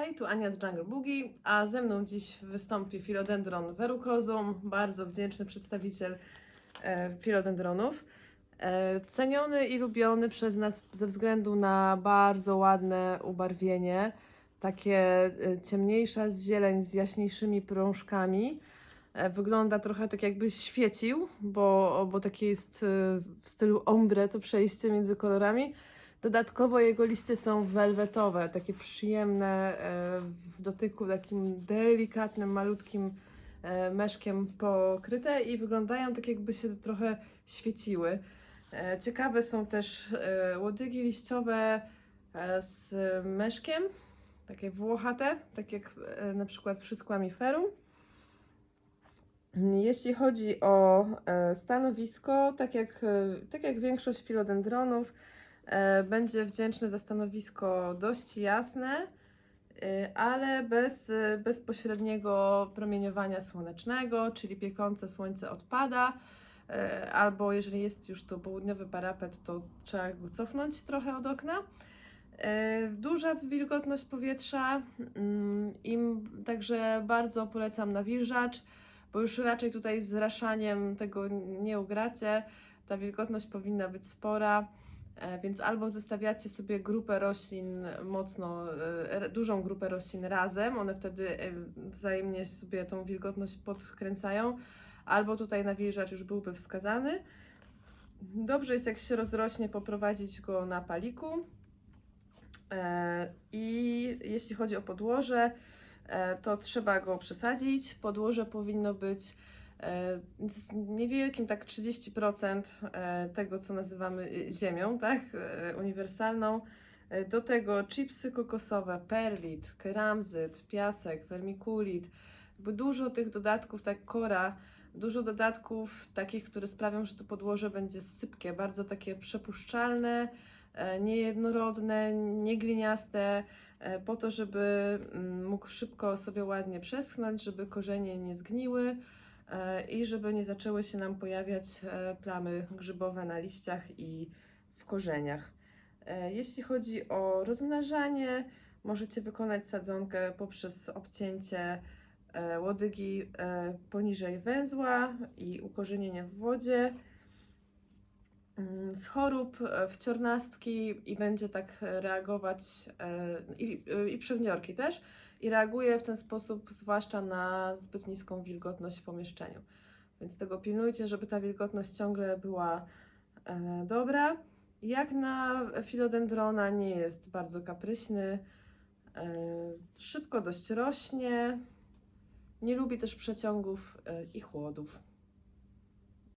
Hej, tu Ania z Jungle Boogie, a ze mną dziś wystąpi Philodendron verrucosum, bardzo wdzięczny przedstawiciel philodendronów. Ceniony i lubiony przez nas ze względu na bardzo ładne ubarwienie, takie ciemniejsza zieleń z jaśniejszymi prążkami. Wygląda trochę tak jakby świecił, bo takie jest w stylu ombre to przejście między kolorami. Dodatkowo jego liście są welwetowe, takie przyjemne w dotyku, takim delikatnym, malutkim meszkiem pokryte i wyglądają tak jakby się trochę świeciły. Ciekawe są też łodygi liściowe z meszkiem, takie włochate, tak jak na przykład przy squamiferum. Jeśli chodzi o stanowisko, tak jak większość filodendronów, będzie wdzięczny za stanowisko dość jasne, ale bez bezpośredniego promieniowania słonecznego, czyli piekące słońce odpada, albo jeżeli jest już to południowy parapet, to trzeba go cofnąć trochę od okna. Duża wilgotność powietrza, także bardzo polecam nawilżacz, bo już raczej tutaj z raszaniem tego nie ugracie. Ta wilgotność powinna być spora, więc albo zostawiacie sobie grupę roślin dużą grupę roślin razem, one wtedy wzajemnie sobie tą wilgotność podkręcają, albo tutaj nawilżacz już byłby wskazany. Dobrze jest, jak się rozrośnie, poprowadzić go na paliku. I jeśli chodzi o podłoże, to trzeba go przesadzić. Podłoże powinno być z niewielkim, tak 30% tego, co nazywamy ziemią, tak? Uniwersalną. Do tego chipsy kokosowe, perlit, keramzyt, piasek, wermikulit. Dużo tych dodatków, tak kora, dużo dodatków takich, które sprawią, że to podłoże będzie sypkie, bardzo takie przepuszczalne, niejednorodne, niegliniaste, po to, żeby mógł szybko sobie ładnie przeschnąć, żeby korzenie nie zgniły i żeby nie zaczęły się nam pojawiać plamy grzybowe na liściach i w korzeniach. Jeśli chodzi o rozmnażanie, możecie wykonać sadzonkę poprzez obcięcie łodygi poniżej węzła i ukorzenienie w wodzie z chorób wciornastki i będzie tak reagować, i przewniorki też, i reaguje w ten sposób zwłaszcza na zbyt niską wilgotność w pomieszczeniu. Więc tego pilnujcie, żeby ta wilgotność ciągle była dobra. Jak na philodendrona nie jest bardzo kapryśny, szybko dość rośnie, nie lubi też przeciągów i chłodów.